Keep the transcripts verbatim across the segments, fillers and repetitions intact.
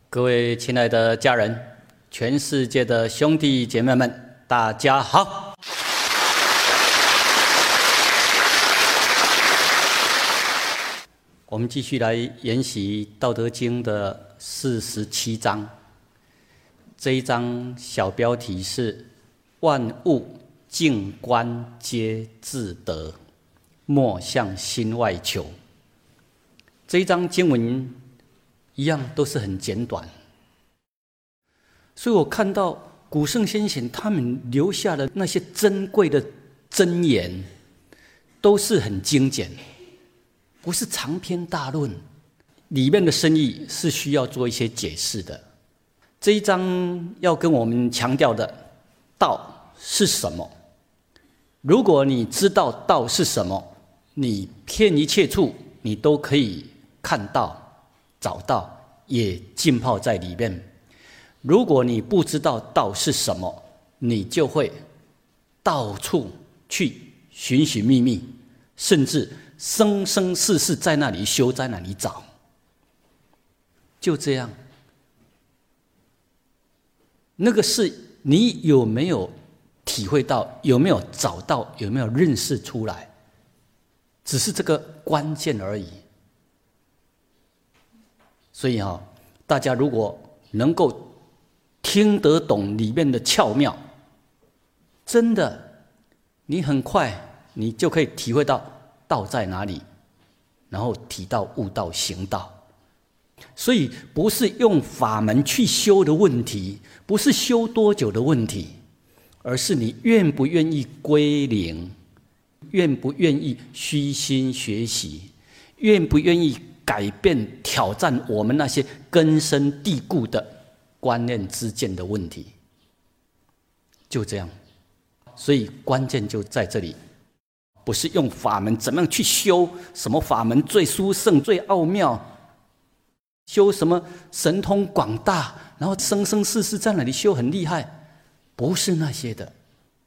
各位亲爱的家人，全世界的兄弟姐妹们，大家好！我们继续来研习《道德经》的四十七章。这一章小标题是“万物静观皆自得，莫向心外求”。这一章经文一样都是很简短，所以我看到古圣先贤他们留下的那些珍贵的箴言，都是很精简，不是长篇大论，里面的深意是需要做一些解释的。这一章要跟我们强调的道是什么？如果你知道道是什么，你遍一切处你都可以看到找到，也浸泡在里面。如果你不知道道是什么，你就会到处去寻寻觅觅，甚至生生世世在那里修，在那里找。就这样，那个是你有没有体会到，有没有找到，有没有认识出来，只是这个关键而已。所以啊，大家如果能够听得懂里面的巧妙，真的，你很快你就可以体会到道在哪里，然后体道、悟道、行道。所以不是用法门去修的问题，不是修多久的问题，而是你愿不愿意归零，愿不愿意虚心学习，愿不愿意改变、挑战我们那些根深蒂固的观念之间的问题。就这样，所以关键就在这里，不是用法门怎么样去修，什么法门最殊胜、最奥妙，修什么神通广大，然后生生世世在那里修很厉害，不是那些的。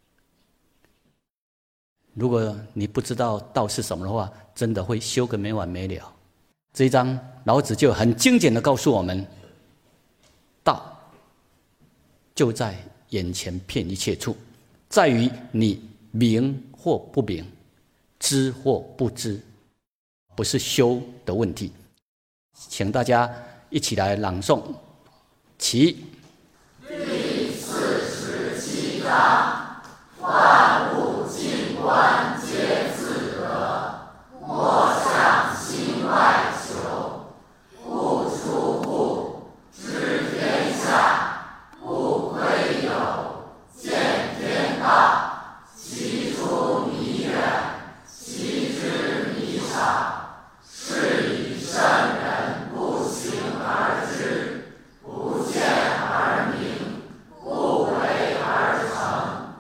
如果你不知道道是什么的话，真的会修个没完没了。这一章老子就很精简的告诉我们，道就在眼前遍一切处，在于你明或不明，知或不知，不是修的问题。请大家一起来朗诵，起。 第四十七章，万物静观皆自得，莫向心外求。物出户，知天下；物归有，见天道。其出弥远，其知弥少。是以圣人不行而知，不见而明，不为而成。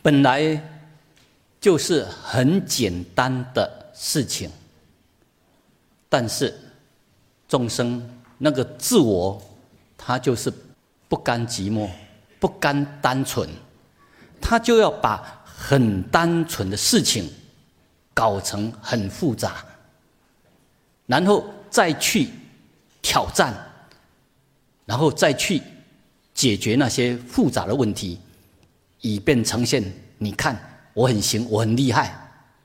本来就是很简单的事情，但是众生那个自我，他就是不甘寂寞，不甘单纯，他就要把很单纯的事情搞成很复杂，然后再去挑战，然后再去解决那些复杂的问题，以便呈现你看我很行，我很厉害。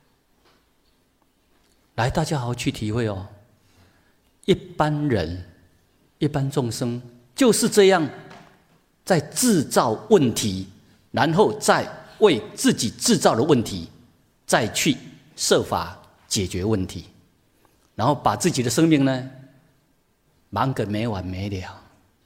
来，大家好好去体会哦。一般人、一般众生就是这样，在制造问题，然后再为自己制造的问题，再去设法解决问题，然后把自己的生命呢，忙个没完没了。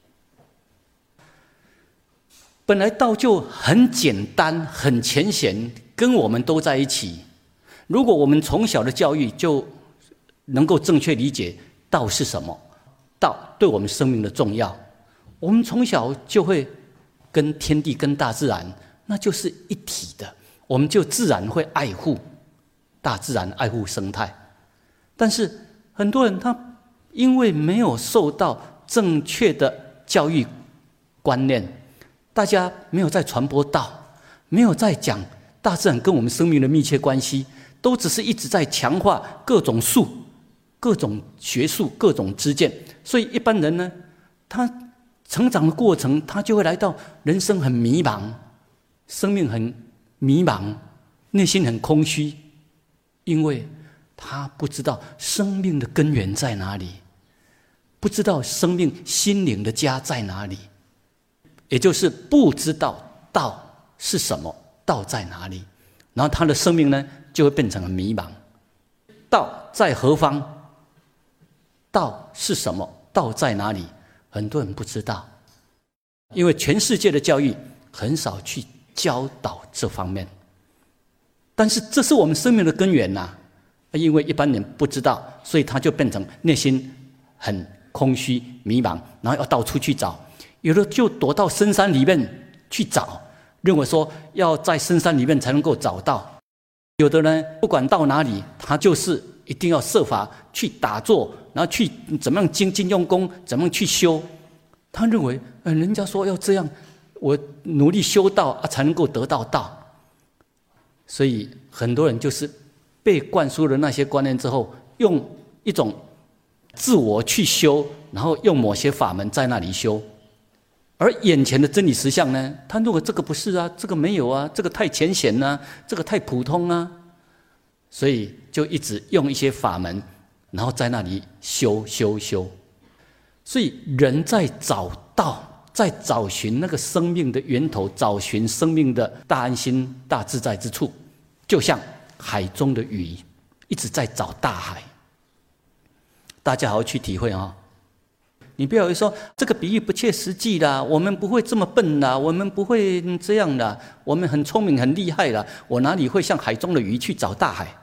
本来道就很简单、很浅显，跟我们都在一起。如果我们从小的教育就能够正确理解道是什么，道对我们生命的重要，我们从小就会跟天地、跟大自然，那就是一体的，我们就自然会爱护大自然、爱护生态。但是很多人他因为没有受到正确的教育观念，大家没有在传播道，没有在讲大自然跟我们生命的密切关系，都只是一直在强化各种术、各种学术、各种知见。所以一般人呢，他成长的过程，他就会来到人生很迷茫，生命很迷茫，内心很空虚，因为他不知道生命的根源在哪里，不知道生命心灵的家在哪里，也就是不知道道是什么，道在哪里，然后他的生命呢就会变成很迷茫。道在何方？道是什么？道在哪里？很多人不知道，因为全世界的教育很少去教导这方面。但是这是我们生命的根源呐、啊，因为一般人不知道，所以他就变成内心很空虚、迷茫，然后要到处去找。有的就躲到深山里面去找，认为说要在深山里面才能够找到。有的呢，不管到哪里，他就是一定要设法去打坐，然后去怎么样精进用功，怎么样去修。他认为，呃，人家说要这样，我努力修道啊，才能够得到道。所以很多人就是被灌输了那些观念之后，用一种自我去修，然后用某些法门在那里修。而眼前的真理实相呢，他认为这个不是啊，这个没有啊，这个太浅显啊，这个太普通啊，所以就一直用一些法门，然后在那里修修修。所以人在找道，在找寻那个生命的源头，找寻生命的大安心、大自在之处，就像海中的鱼一直在找大海。大家好好去体会啊、哦！你不要说这个比喻不切实际啦，我们不会这么笨啦，我们不会这样啦，我们很聪明很厉害啦，我哪里会像海中的鱼去找大海？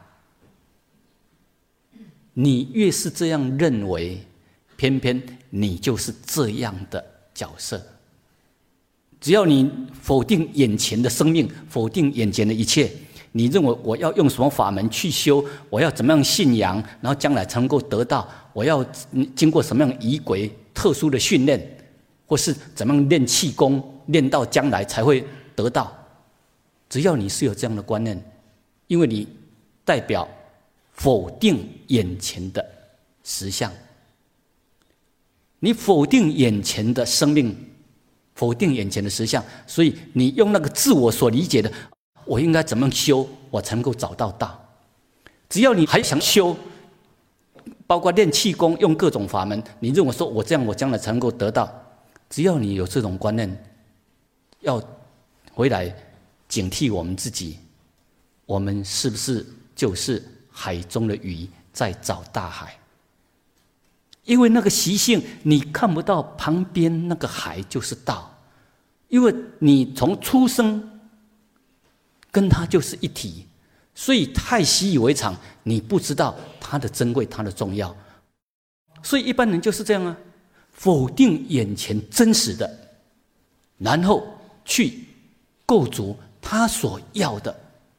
你越是这样认为，偏偏你就是这样的角色。只要你否定眼前的生命，否定眼前的一切，你认为我要用什么法门去修，我要怎么样信仰，然后将来才能够得到，我要经过什么样仪轨特殊的训练，或是怎么样练气功，练到将来才会得到。只要你是有这样的观念，因为你代表否定眼前的实相，你否定眼前的生命，否定眼前的实相，所以你用那个自我所理解的，我应该怎么修，我才能够找到道。只要你还想修，包括练气功，用各种法门，你认为说我这样我将来才能够得到，只要你有这种观念，要回来警惕我们自己，我们是不是就是海中的鱼在找大海？因为那个习性你看不到旁边那个海就是道，因为你从出生跟它就是一体，所以太习以为常，你不知道它的珍贵，它的重要。所以一般人就是这样啊，否定眼前真实的，然后去构筑他所要的。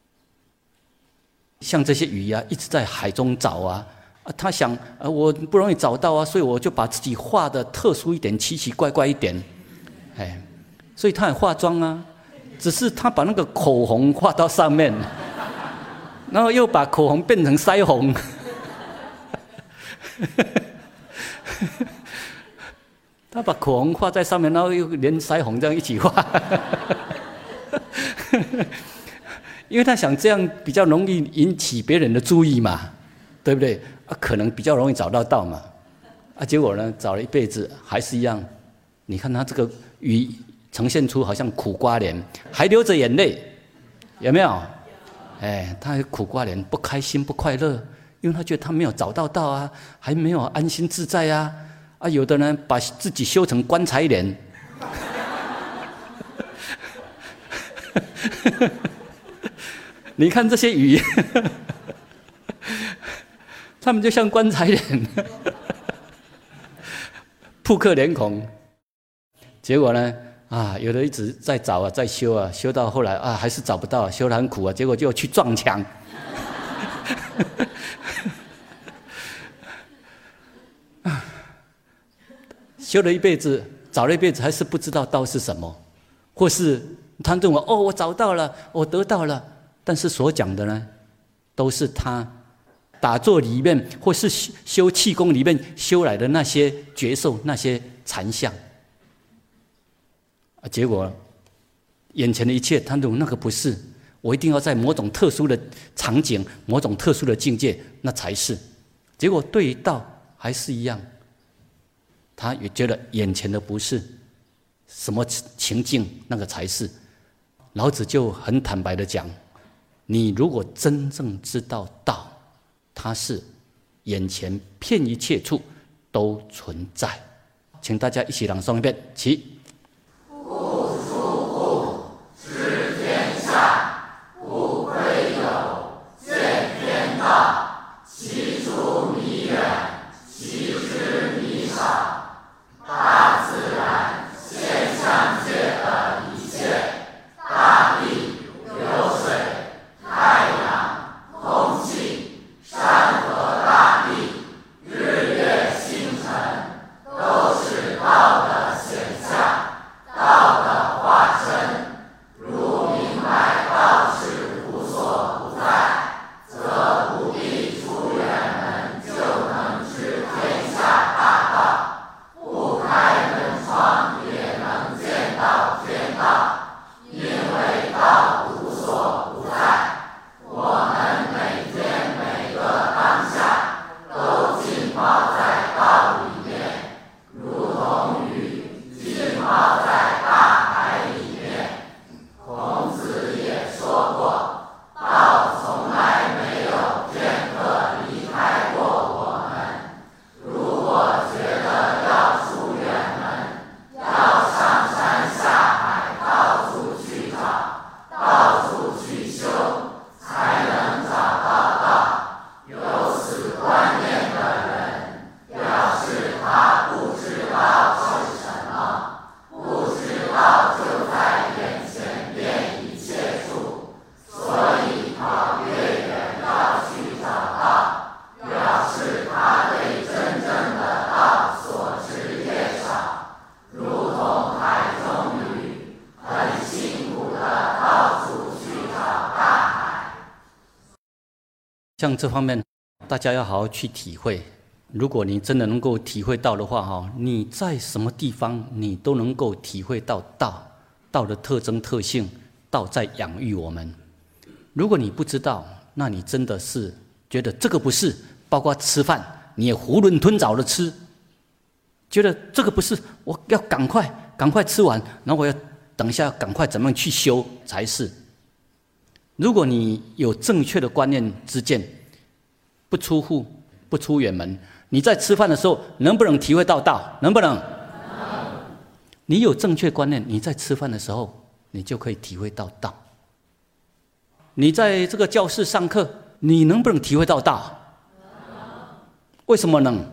像这些鱼啊，一直在海中找啊，啊他想，呃，我不容易找到啊，所以我就把自己画的特殊一点，奇奇怪怪一点，哎，所以他也化妆啊，只是他把那个口红画到上面，然后又把口红变成腮红，他把口红画在上面，然后又连腮红这样一起画。因为他想这样比较容易引起别人的注意嘛，对不对？啊，可能比较容易找到道嘛。啊，结果呢，找了一辈子还是一样。你看他这个鱼呈现出好像苦瓜脸，还流着眼泪，有没有？哎，他苦瓜脸，不开心不快乐，因为他觉得他没有找到道啊，还没有安心自在啊。啊，有的人把自己修成棺材脸。你看这些鱼，他们就像棺材脸，扑克脸孔。结果呢，啊，有的一直在找啊，在修啊，修到后来啊，还是找不到，修得很苦啊，结果就去撞墙。修了一辈子，找了一辈子，还是不知道道是什么，或是他认为哦，我找到了，我得到了。但是所讲的呢，都是他打坐里面或是修气功里面修来的那些觉受、那些禅相。啊，结果眼前的一切，他认为那个不是，我一定要在某种特殊的场景、某种特殊的境界，那才是。结果对于道还是一样，他也觉得眼前的不是，什么情境那个才是。老子就很坦白的讲。你如果真正知道道，它是眼前遍一切处都存在。请大家一起朗诵一遍，起。 不出户，知天下，不窥有，见天道，其出弥远，其知弥少。大自然现象界的一切，大地、流水、太阳、空气、山河大地、日月星辰，都是道的显象，道的化身。如明白道是无所不在，则不必出远门就能知天下大道，不开门窗也能见到天道，因为道无所不在。我们每天每个当下都浸泡在道里面，如同鱼浸泡在大海里面。孔子也说过，道从来没有片刻离开过我们。如果觉得要出远门，要上山下海，到处去找，到处去修，才能找到道。有此观念的人，表示他不知道是什么，不知道就在眼前遍一切处，所以跑越远要去找道，表示他对真正的道所知越少，如同海中鱼，很辛苦的到处去找大海。 像这方面，大家要好好去体会。如果你真的能够体会到的话，哈，你在什么地方，你都能够体会到道，道的特征特性，道在养育我们。如果你不知道，那你真的是觉得这个不是，包括吃饭，你也囫囵吞枣的吃，觉得这个不是，我要赶快赶快吃完，然后我要等一下赶快怎么样去修才是。如果你有正确的观念之见，不出户，不出远门，你在吃饭的时候能不能体会到道？能不能？你有正确观念，你在吃饭的时候，你就可以体会到道。你在这个教室上课，你能不能体会到道？为什么能？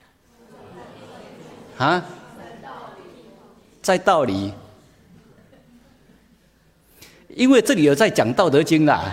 啊？在道理。 因为这里有在讲《道德经》啦。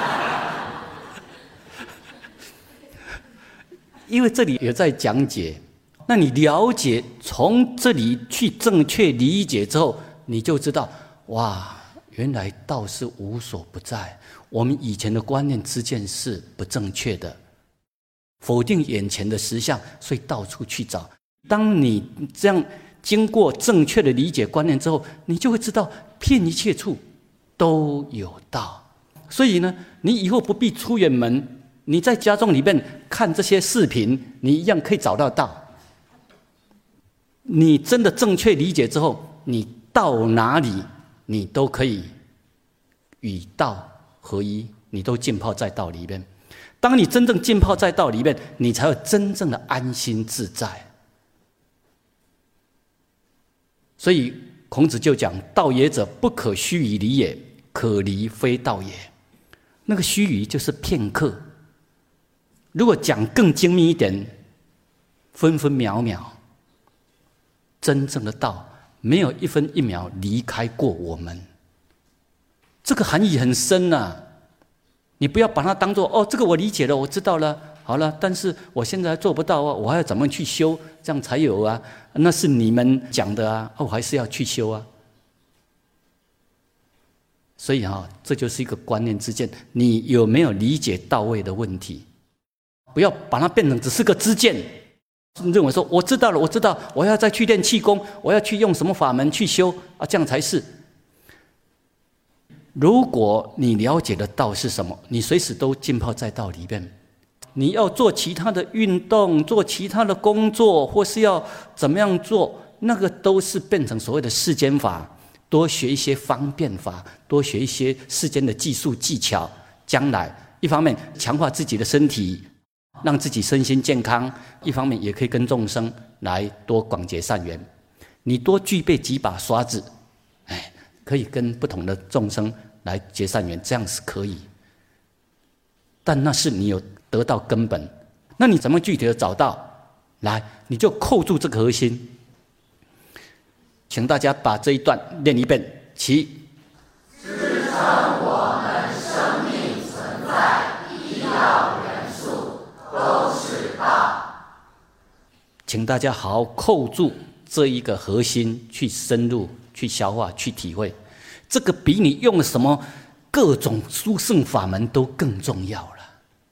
因为这里有在讲解，那你了解，从这里去正确理解之后，你就知道，哇，原来道是无所不在。我们以前的观念之见是不正确的，否定眼前的实相，所以到处去找。当你这样经过正确的理解观念之后，你就会知道，遍一切处都有道。所以呢，你以后不必出远门，你在家中里面看这些视频，你一样可以找到道。你真的正确理解之后，你到哪里你都可以与道合一，你都浸泡在道里面。当你真正浸泡在道里面，你才有真正的安心自在。所以孔子就讲：道也者，不可虚臾离也，可离非道也。那个须臾就是片刻，如果讲更精密一点，分分秒秒。真正的道没有一分一秒离开过我们，这个含义很深啊。你不要把它当作哦，这个我理解了，我知道了，好了，但是我现在做不到啊，我还要怎么去修，这样才有啊？那是你们讲的啊，我还是要去修啊。所以啊，这就是一个观念之见，你有没有理解到位的问题？不要把它变成只是个知见。认为说我知道了，我知道，我要再去练气功，我要去用什么法门去修啊，这样才是。如果你了解的道是什么，你随时都浸泡在道里面。你要做其他的运动，做其他的工作，或是要怎么样做，那个都是变成所谓的世间法。多学一些方便法，多学一些世间的技术技巧，将来一方面强化自己的身体，让自己身心健康，一方面也可以跟众生来多广结善缘。你多具备几把刷子，哎，可以跟不同的众生来结善缘，这样是可以。但那是你有得到根本，那你怎么具体的找到？来，你就扣住这个核心。请大家把这一段念一遍，起。 支撑我们生命存在必要元素都是道。 请大家好好扣住这一个核心，去深入、去消化、去体会。这个比你用什么各种殊胜法门都更重要了。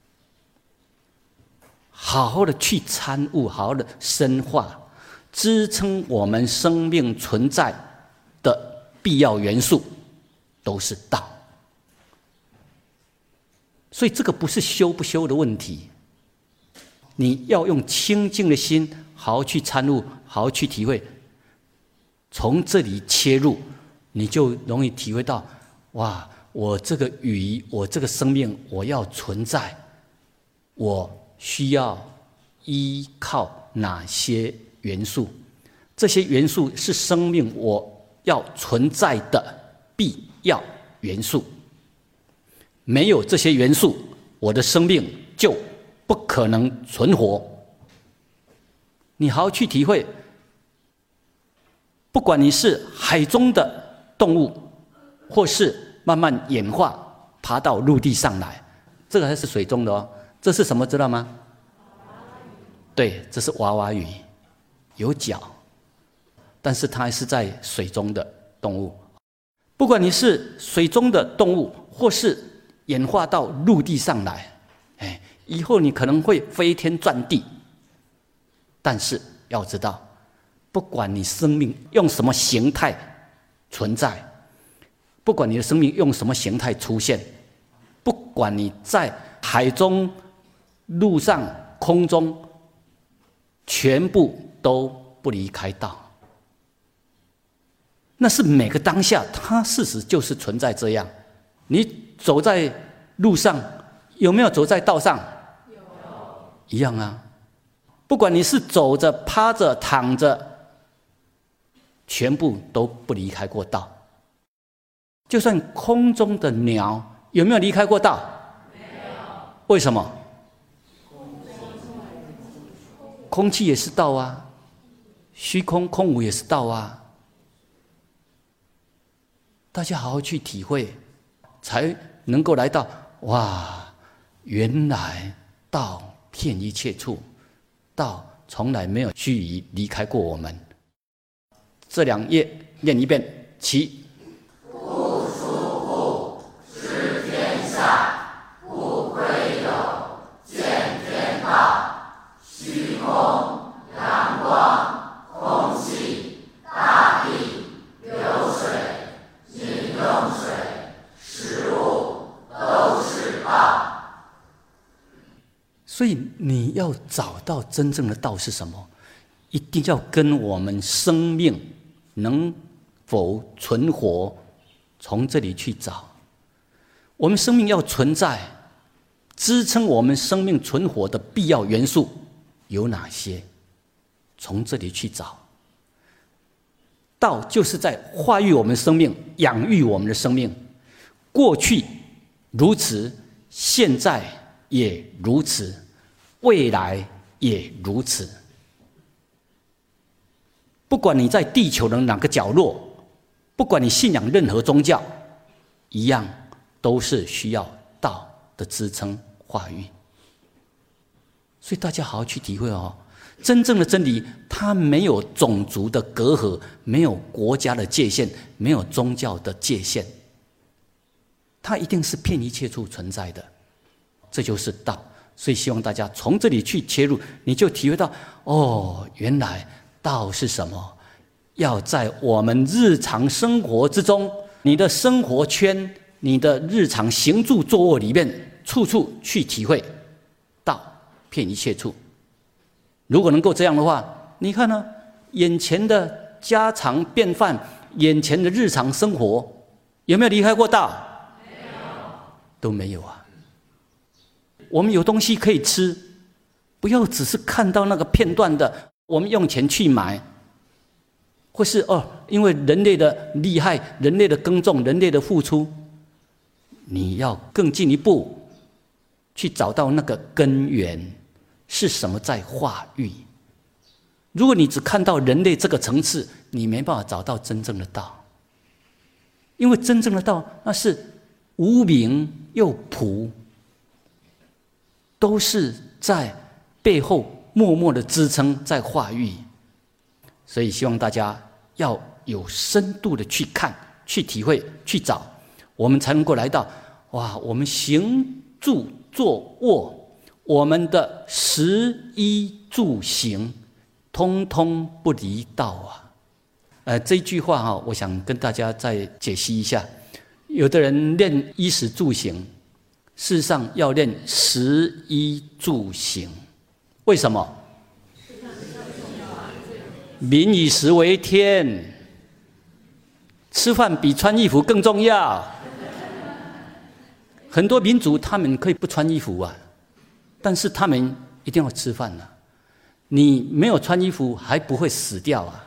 好好的去参悟，好好的深化，支撑我们生命存在的必要元素都是道。所以这个不是修不修的问题，你要用清净的心好好去参悟，好好去体会，从这里切入，你就容易体会到，哇，我这个语，我这个生命，我要存在，我需要依靠哪些元素？这些元素是生命我要存在的必要元素。没有这些元素，我的生命就不可能存活。你好好去体会，不管你是海中的动物，或是慢慢演化爬到陆地上来，这个还是水中的哦。这是什么知道吗？对，这是娃娃鱼，有脚，但是它还是在水中的动物。不管你是水中的动物，或是演化到陆地上来，哎，以后你可能会飞天转地。但是要知道，不管你生命用什么形态存在，不管你的生命用什么形态出现，不管你在海中、陆上、空中，全部都不离开道。那是每个当下，它事实就是存在这样。你走在路上，有没有走在道上？有，一样啊。不管你是走着、趴着、躺着，全部都不离开过道。就算空中的鸟，有没有离开过道？没有。为什么？空气也是道啊，虚空空无也是道啊。大家好好去体会， 才能够来到哇，原来道遍一切处，道从来没有须臾离开过我们。这两页念一遍，起。 不疏忽，知天下，不窥有，见天道。虚空、阳光、空气、大地、流水、饮用水、食物，都是道。 所以你要找到真正的道是什么，一定要跟我们生命能否存活从这里去找。我们生命要存在，支撑我们生命存活的必要元素有哪些？从这里去找。道就是在化育我们生命，养育我们的生命。过去如此，现在也如此，未来也如此。不管你在地球的哪个角落，不管你信仰任何宗教，一样都是需要道的支撑化育。所以大家好好去体会哦，真正的真理它没有种族的隔阂，没有国家的界限，没有宗教的界限，它一定是遍一切处存在的，这就是道。所以希望大家从这里去切入，你就体会到哦，原来道是什么？要在我们日常生活之中，你的生活圈，你的日常行住坐卧里面，处处去体会道遍一切处。如果能够这样的话，你看呢，眼前的家常便饭，眼前的日常生活，有没有离开过道？ 没有， 都没有啊。我们有东西可以吃，不要只是看到那个片段的，我们用钱去买，或是哦，因为人类的厉害，人类的耕种，人类的付出，你要更进一步去找到那个根源是什么在化育。如果你只看到人类这个层次，你没办法找到真正的道，因为真正的道那是无名又朴，都是在背后默默的支撑，在化育。所以希望大家要有深度的去看、去体会、去找，我们才能够来到哇，我们行住坐卧，我们的食衣住行，通通不离道啊。呃，这句话哈、哦，我想跟大家再解析一下。有的人练衣食住行，事实上要练食衣住行，为什么？民以食为天，吃饭比穿衣服更重要。很多民族他们可以不穿衣服啊，但是他们一定要吃饭啊。你没有穿衣服还不会死掉啊，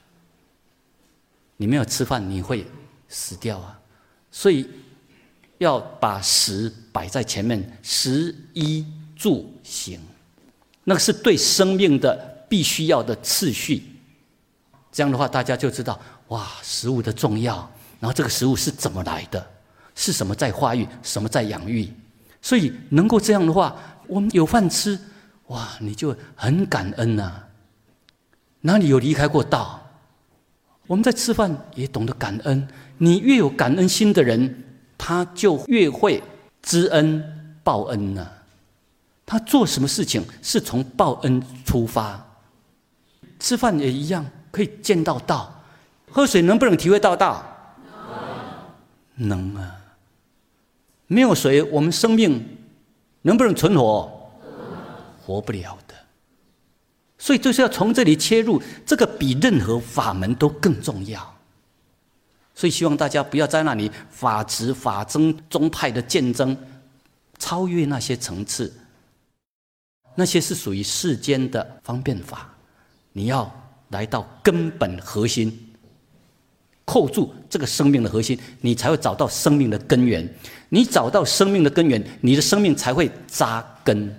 你没有吃饭你会死掉啊。所以要把食摆在前面，食衣住行，那个是对生命的必须要的次序。这样的话大家就知道哇，食物的重要，然后这个食物是怎么来的，是什么在化育，什么在养育。所以能够这样的话，我们有饭吃，哇，你就很感恩啊。哪里有离开过道？我们在吃饭也懂得感恩，你越有感恩心的人，他就越会知恩报恩呢、啊。他做什么事情是从报恩出发，吃饭也一样，可以见到道。喝水能不能体会到道？能，能啊。没有水，我们生命能不能存活？活不了的。所以就是要从这里切入，这个比任何法门都更重要。所以希望大家不要在那里法执、法争、宗派的竞争，超越那些层次，那些是属于世间的方便法。你要来到根本核心，扣住这个生命的核心，你才会找到生命的根源。你找到生命的根源，你的生命才会扎根，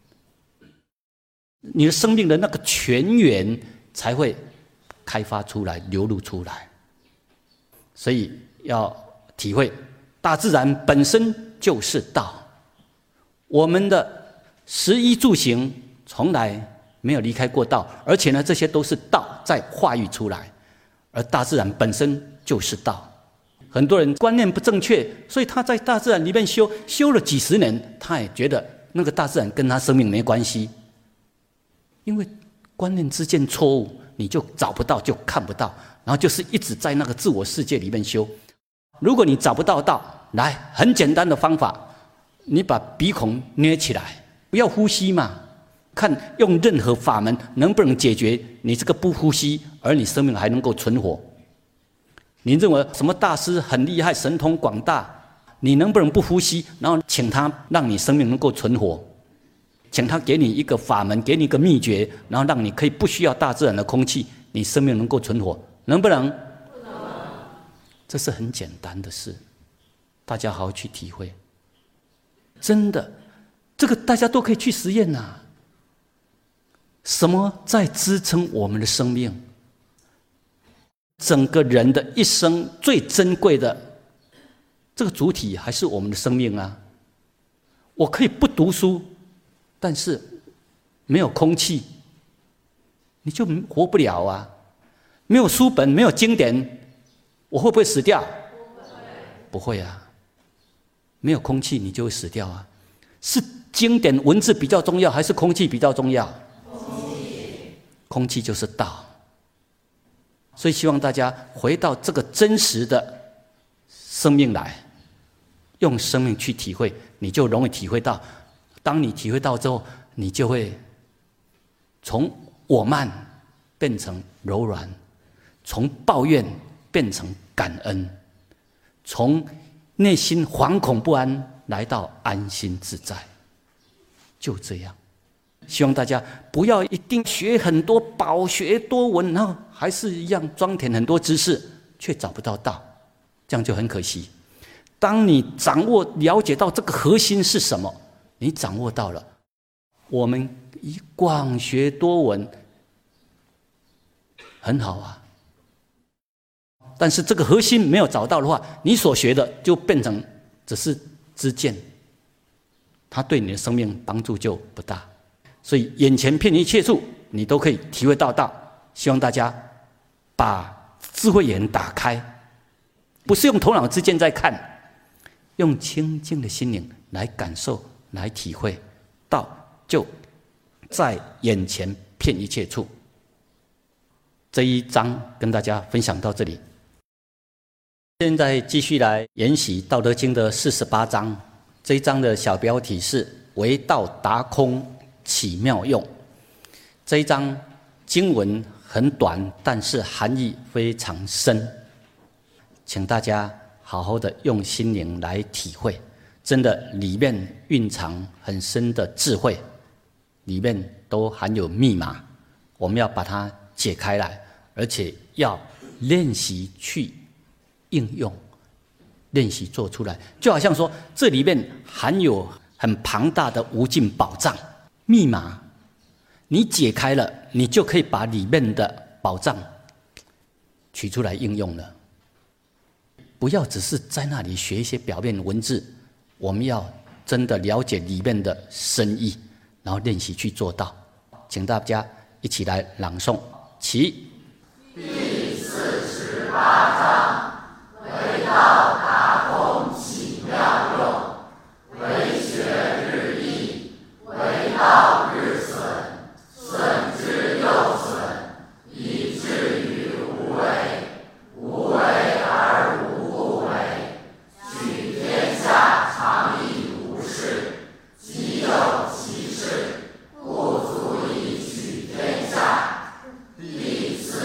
你的生命的那个泉源才会开发出来、流露出来。所以要体会大自然本身就是道。我们的食衣住行从来没有离开过道，而且呢，这些都是道在化育出来，而大自然本身就是道。很多人观念不正确，所以他在大自然里面修修了几十年，他也觉得那个大自然跟他生命没关系，因为观念之间错误，你就找不到，就看不到，然后就是一直在那个自我世界里面修。如果你找不到道，来，很简单的方法，你把鼻孔捏起来，不要呼吸嘛，看用任何法门能不能解决你这个不呼吸，而你生命还能够存活。你认为什么大师很厉害，神通广大，你能不能不呼吸，然后请他让你生命能够存活，请他给你一个法门，给你一个秘诀，然后让你可以不需要大自然的空气，你生命能够存活，能不能？不能。这是很简单的事，大家好好去体会。真的，这个大家都可以去实验啊。什么在支撑我们的生命？整个人的一生最珍贵的这个主体还是我们的生命啊！我可以不读书，但是没有空气，你就活不了啊！没有书本，没有经典，我会不会死掉？不会，不会啊！没有空气，你就会死掉啊！是经典文字比较重要，还是空气比较重要？空气，空气就是道。所以希望大家回到这个真实的生命来，用生命去体会，你就容易体会到。当你体会到之后，你就会从我慢变成柔软，从抱怨变成感恩，从内心惶恐不安来到安心自在。就这样。希望大家不要一定学很多饱学多闻，然后还是一样装填很多知识，却找不到道，这样就很可惜。当你掌握了解到这个核心是什么，你掌握到了，我们以广学多闻很好啊，但是这个核心没有找到的话，你所学的就变成只是知见，它对你的生命帮助就不大。所以眼前遍一切处，你都可以体会到道。希望大家把智慧眼打开，不是用头脑之见在看，用清净的心灵来感受、来体会，道就在眼前遍一切处。这一章跟大家分享到这里，现在继续来研习《道德经》的四十八章。这一章的小标题是“唯道达空，起妙用”。这一章经文很短，但是含义非常深，请大家好好的用心灵来体会，真的里面蕴藏很深的智慧，里面都含有密码，我们要把它解开来，而且要练习去应用，练习做出来。就好像说这里面含有很庞大的无尽宝藏密码，你解开了，你就可以把里面的宝藏取出来应用了。不要只是在那里学一些表面文字，我们要真的了解里面的深意，然后练习去做到。请大家一起来朗诵，起。 第四十八章：唯道达空，起妙用。为学日益，为道日损，损之又损，以至于无为。无为而无不为，取天下常以无事，己有其事，不足以取天下。第四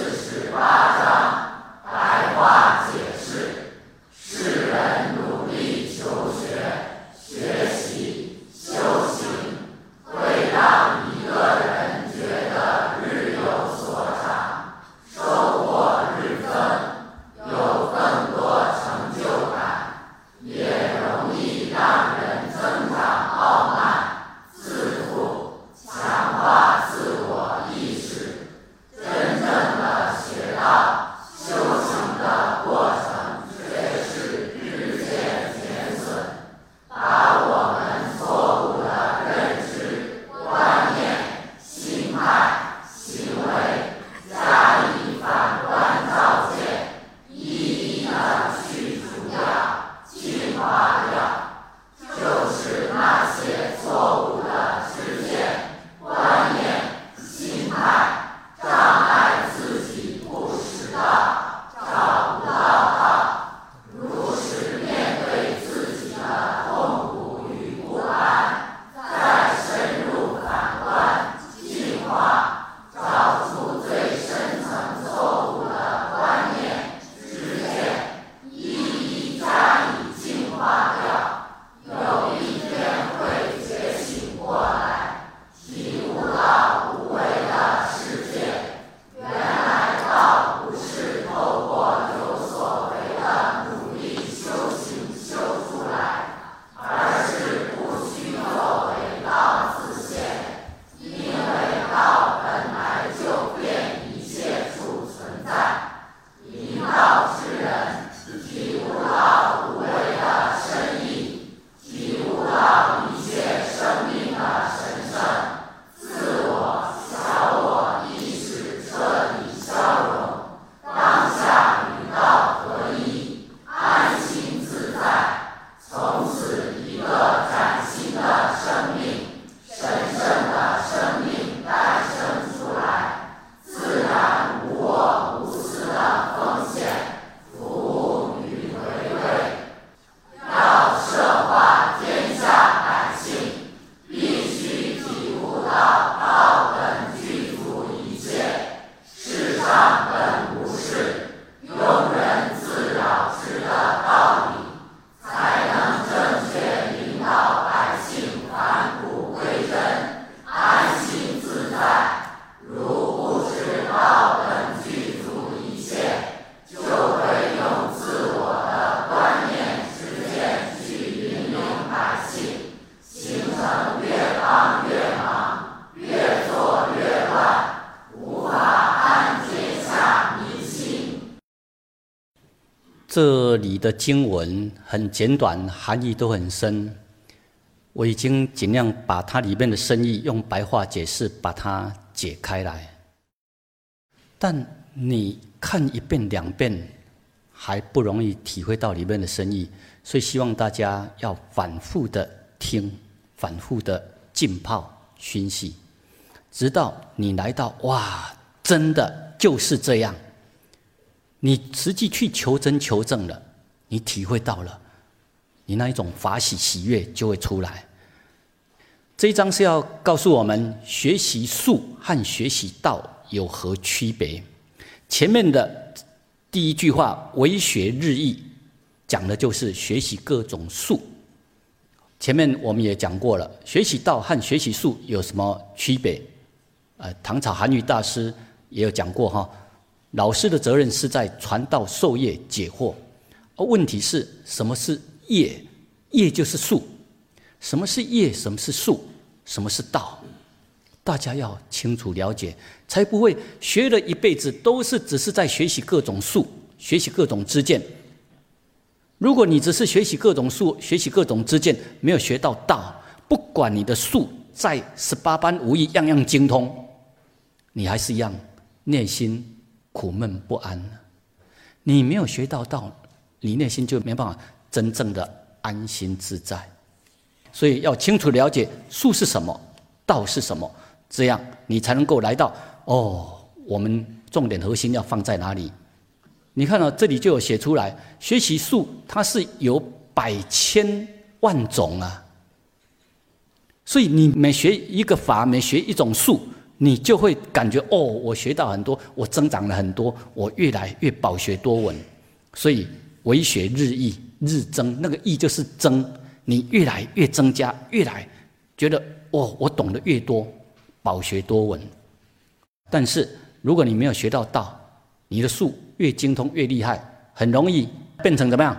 这里的经文很简短，含义都很深。我已经尽量把它里面的深意用白话解释，把它解开来。但你看一遍两遍，还不容易体会到里面的深意，所以希望大家要反复的听，反复的浸泡熏习，直到你来到哇，真的就是这样。你实际去求真求证了，你体会到了，你那一种法喜喜悦就会出来。这一章是要告诉我们，学习术和学习道有何区别。前面的第一句话“为学日益”讲的就是学习各种术。前面我们也讲过了，学习道和学习术有什么区别？呃，唐朝韩愈大师也有讲过哈。老师的责任是在传道授业解惑，而问题是什么是业？业就是术。什么是业？什么是术？什么是道？大家要清楚了解，才不会学了一辈子都是只是在学习各种术，学习各种知见。如果你只是学习各种术，学习各种知见，没有学到道，不管你的术再十八般武艺，样样精通，你还是一样内心苦闷不安。你没有学到道，你内心就没办法真正的安心自在。所以要清楚了解术是什么，道是什么，这样你才能够来到哦，我们重点核心要放在哪里？你看到、哦、这里就有写出来，学习术它是有百千万种啊，所以你每学一个法，每学一种术，你就会感觉哦，我学到很多，我增长了很多，我越来越饱学多闻。所以为学日益，日增，那个益就是增，你越来越增加，越来觉得哦，我懂得越多，饱学多闻。但是如果你没有学到道，你的术越精通越厉害，很容易变成怎么样？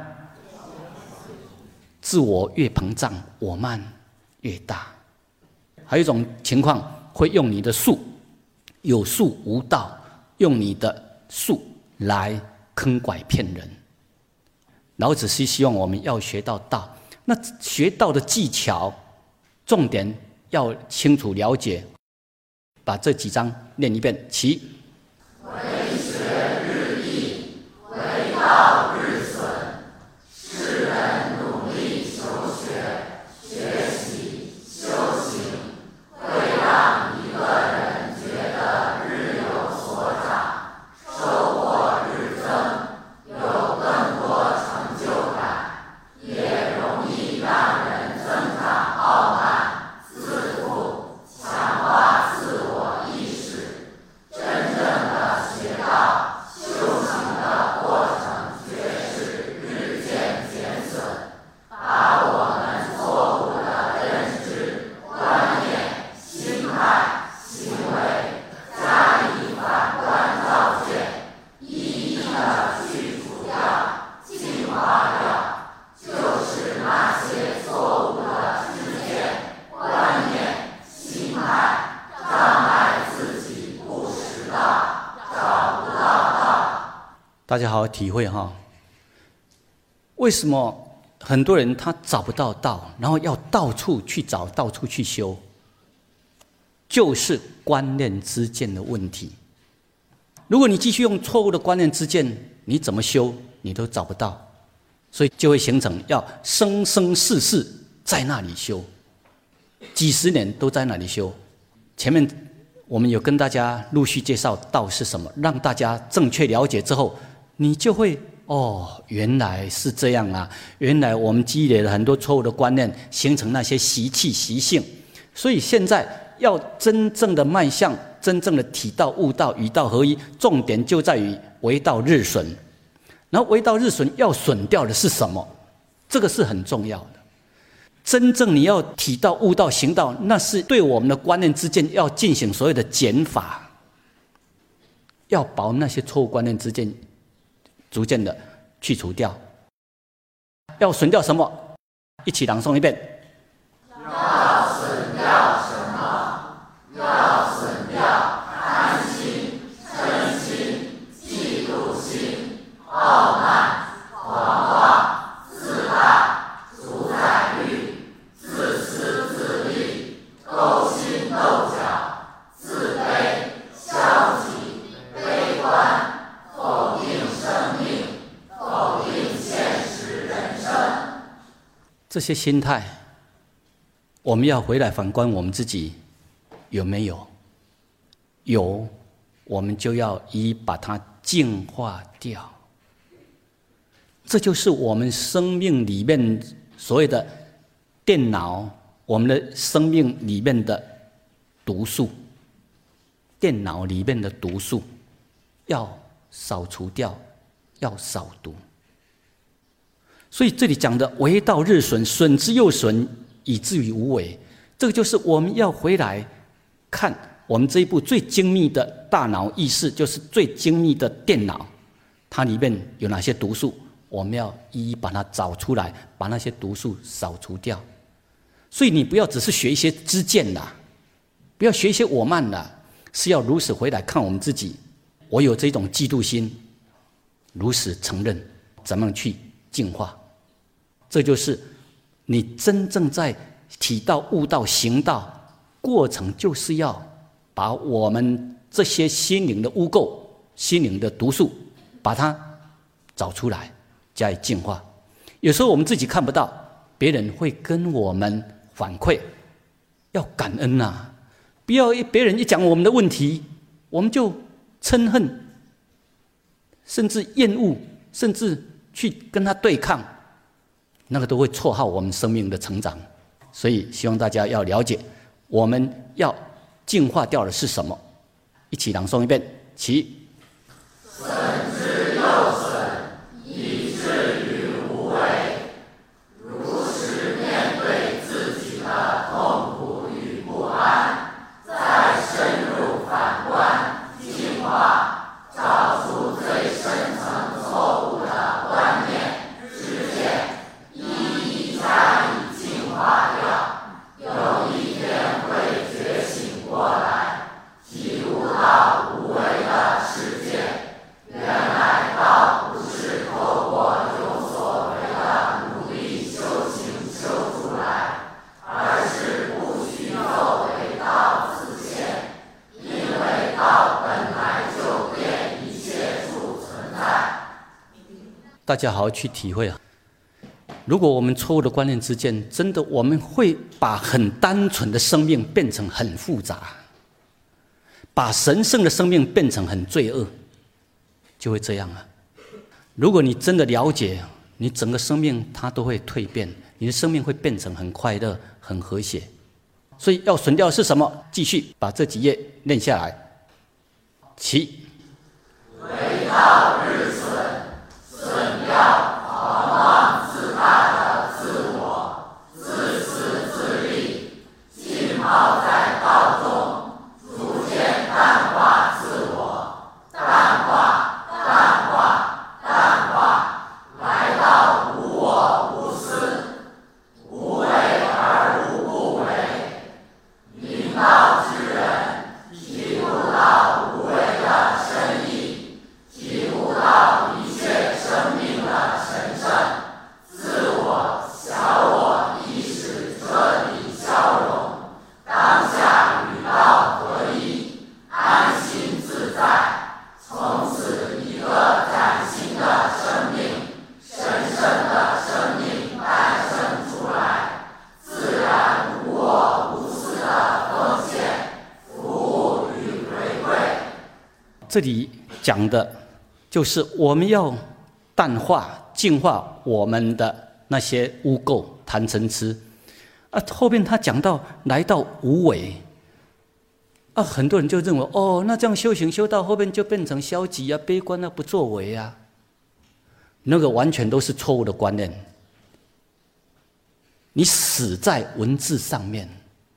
自我越膨胀，我慢越大。还有一种情况，会用你的术，有术无道，用你的术来坑拐骗人。老子是希望我们要学到道，那学道的技巧，重点要清楚了解。把这几章念一遍，起。 为学日益，为道日损。世人努力求学、学习、修行，会让一个人觉得日有所长，收获日增，有更多成就感，也容易让人增长傲慢、自负，强化自我意识。真正的学道、修行的过程却是日渐减损，把我们错误的认知、观念、心态、行为加以反观照见，一一的去除掉、净化掉，就是那些错误的知见、观念、心态，障碍自己不识道，找不到道。 大家好好体会哈。为什么很多人他找不到道，然后要到处去找，到处去修？就是观念知见的问题。如果你继续用错误的观念知见，你怎么修你都找不到，所以就会形成要生生世世在那里修，几十年都在那里修。前面我们有跟大家陆续介绍道是什么，让大家正确了解之后，你就会哦，原来是这样啊！原来我们积累了很多错误的观念，形成那些习气习性。所以现在要真正的迈向真正的体道悟道与道合一，重点就在于为道日损。然后为道日损要损掉的是什么？这个是很重要的。真正你要体道悟道行道，那是对我们的观念之间要进行所谓的减法，要把那些错误观念之间逐渐的去除掉。要损掉什么？一起朗诵一遍。 要损掉什么？要损掉贪心、嗔心、嫉妒心、傲慢、 心斗角、自卑、消极、悲观、否定生命、否定现实人生。 这些心态，我们要回来反观我们自己有没有？有，我们就要一一把它净化掉。这就是我们生命里面所谓的电脑，我们的生命里面的毒素，电脑里面的毒素要扫除掉，要扫毒。所以这里讲的为道日损，损之又损，以至于无为，这个就是我们要回来看我们这一部最精密的大脑意识，就是最精密的电脑，它里面有哪些毒素，我们要一一把它找出来，把那些毒素扫除掉。所以你不要只是学一些知见啦，不要学一些我慢啦，是要如实回来看我们自己。我有这种嫉妒心，如实承认，怎么去净化？这就是你真正在体道、悟道、行道过程，就是要把我们这些心灵的污垢、心灵的毒素，把它找出来，加以净化。有时候我们自己看不到，别人会跟我们反馈，要感恩啊！不要别人一讲我们的问题，我们就嗔恨，甚至厌恶，甚至去跟他对抗，那个都会挫耗我们生命的成长。所以希望大家要了解，我们要净化掉的是什么？一起朗诵一遍，起。 损之又损，以至于无为。如实面对自己的痛苦与不安，再深入反观、净化，找出最深层错误的观念、知见，一一加以净化掉，有一天会觉醒过来，体悟到无为的世界。原来道不是透过有所为的努力修行修出来，而是不许作为道自现，因为道本来就遍一切处存在。 大家好好去体会啊！如果我们错误的观念之间，真的我们会把很单纯的生命变成很复杂，把神圣的生命变成很罪恶，就会这样啊！如果你真的了解，你整个生命它都会蜕变，你的生命会变成很快乐、很和谐。所以要损掉的是什么？继续把这几页念下来。起。 为道日损，损掉狂妄自大的自我，自私自利，浸泡在道中，逐渐淡化自我，淡化，淡化，淡化，来到无我无私，无为而无不为。明道之人，体悟到无为的深意，体悟到一切生命的神圣，自我、小我意识彻底消融，当下与道合一，安心自在，从此一个崭新的生命、神圣的生命诞生出来，自然无我无私的奉献、服务与回馈。 这里讲的就是我们要淡化、净化我们的那些污垢、贪嗔痴啊。后面他讲到来到无为啊，很多人就认为哦，那这样修行修到后面就变成消极啊、悲观啊、不作为啊，那个完全都是错误的观念。你死在文字上面。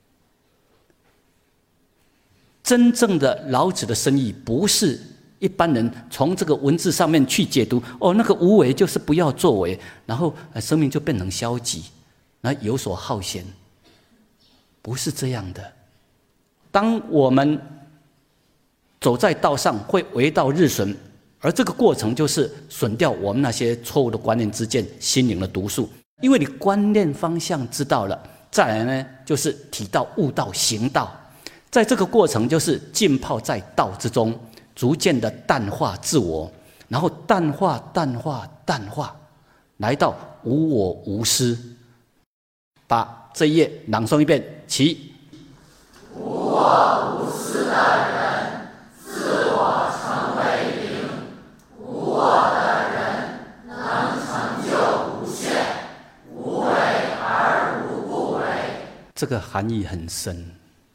真正的老子的深意，不是一般人从这个文字上面去解读。哦，那个无为就是不要作为，然后生命就变成消极，然后游手好闲，不是这样的。当我们走在道上，会为道日损，而这个过程就是损掉我们那些错误的观念之见、心灵的毒素。因为你观念方向知道了， 再来呢，就是体道、悟道、行道，在这个过程就是浸泡在道之中，逐渐的淡化自我，然后淡化、淡化、淡化，来到无我无私。把这一页朗诵一遍，起。 无我无私的人，自我成为零；无我的人，能成就无限。无为而无不为。 这个含义很深。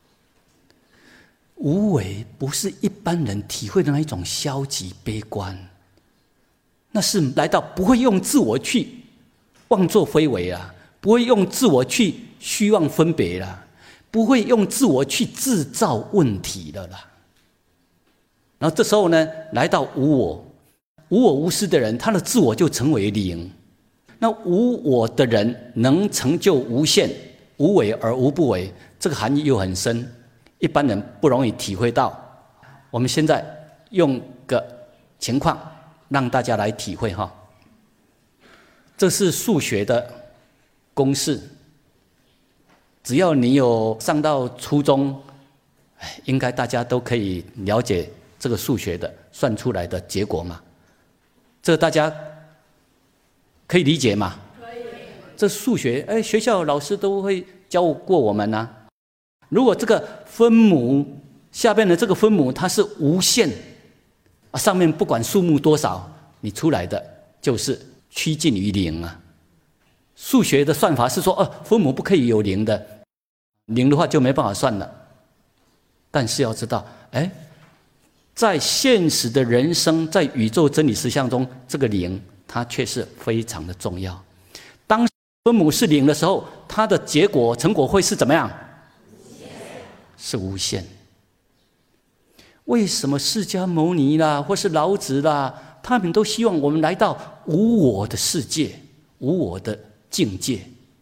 无为不是一般人体会的那一种消极悲观，那是来到不会用自我去妄作非为啊，不会用自我去虚妄分别啦，不会用自我去制造问题了啦。然后这时候呢，来到无我，无我无私的人，他的自我就成为零。那无我的人能成就无限，无为而无不为，这个含义又很深，一般人不容易体会到。我们现在用个情况让大家来体会哈。这是数学的公式，只要你有上到初中，应该大家都可以了解这个数学的算出来的结果嘛。这个大家可以理解吗？可以。这数学，哎，学校老师都会教过我们啊。如果这个分母下边的这个分母它是无限啊，上面不管数目多少，你出来的就是趋近于零啊。数学的算法是说，哦，分母不可以有零的，零的话就没办法算了。但是要知道，哎，在现实的人生，在宇宙真理实相中，这个零它却是非常的重要。当分母是零的时候，它的结果成果会是怎么样？是无限。为什么释迦牟尼啦，或是老子啦，他们都希望我们来到无我的世界，无我的境界？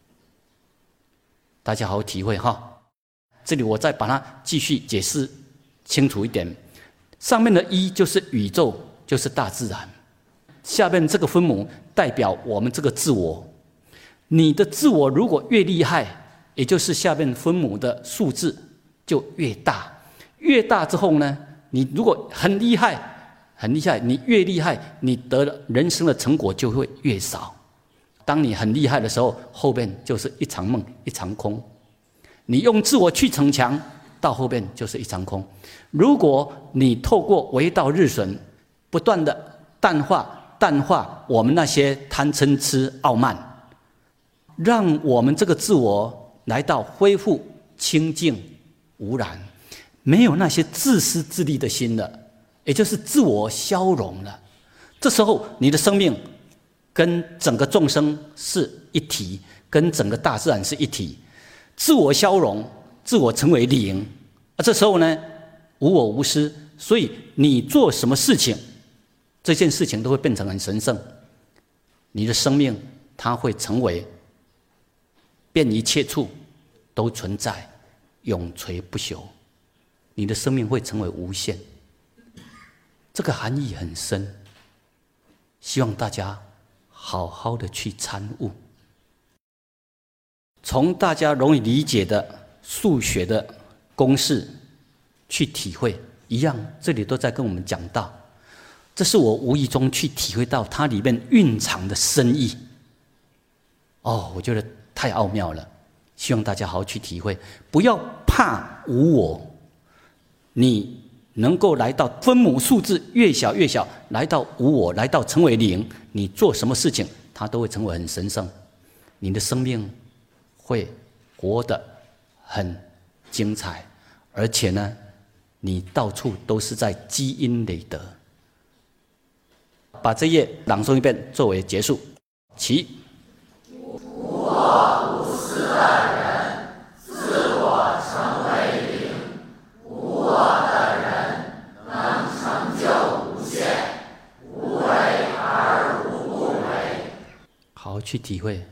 大家好好体会哈。这里我再把它继续解释清楚一点。上面的一就是宇宙，就是大自然；下面这个分母代表我们这个自我。你的自我如果越厉害，也就是下面分母的数字就越大。越大之后呢，你如果很厉害，很厉害，你越厉害，你得了人生的成果就会越少。当你很厉害的时候，后面就是一场梦，一场空。你用自我去逞强，到后面就是一场空。如果你透过为道日损，不断的淡化、淡化我们那些贪嗔痴傲慢，让我们这个自我来到恢复清净无染，没有那些自私自利的心了，也就是自我消融了。这时候你的生命跟整个众生是一体，跟整个大自然是一体。自我消融，自我成为零，啊，这时候呢，无我无私，所以你做什么事情，这件事情都会变成很神圣。你的生命它会成为遍一切处都存在，永垂不朽。你的生命会成为无限，这个含义很深，希望大家好好的去参悟。从大家容易理解的数学的公式去体会，一样，这里都在跟我们讲到，这是我无意中去体会到它里面蕴藏的深意。哦，我觉得太奥妙了，希望大家好好去体会，不要怕无我。你能够来到分母数字越小越小，来到无我，来到成为零，你做什么事情，它都会成为很神圣。你的生命会活得很精彩，而且呢，你到处都是在积阴累德。把这页朗诵一遍作为结束。起。 无我无私的人，自我成为零；无我的人，能成就无限。无为而无不为。 好好去体会。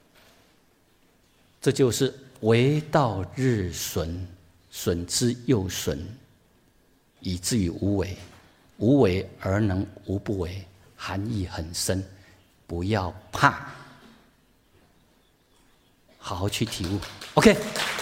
这就是为道日损，损之又损，以至于无为。无为而能无不为，含义很深，不要怕。 好好去体悟。OK。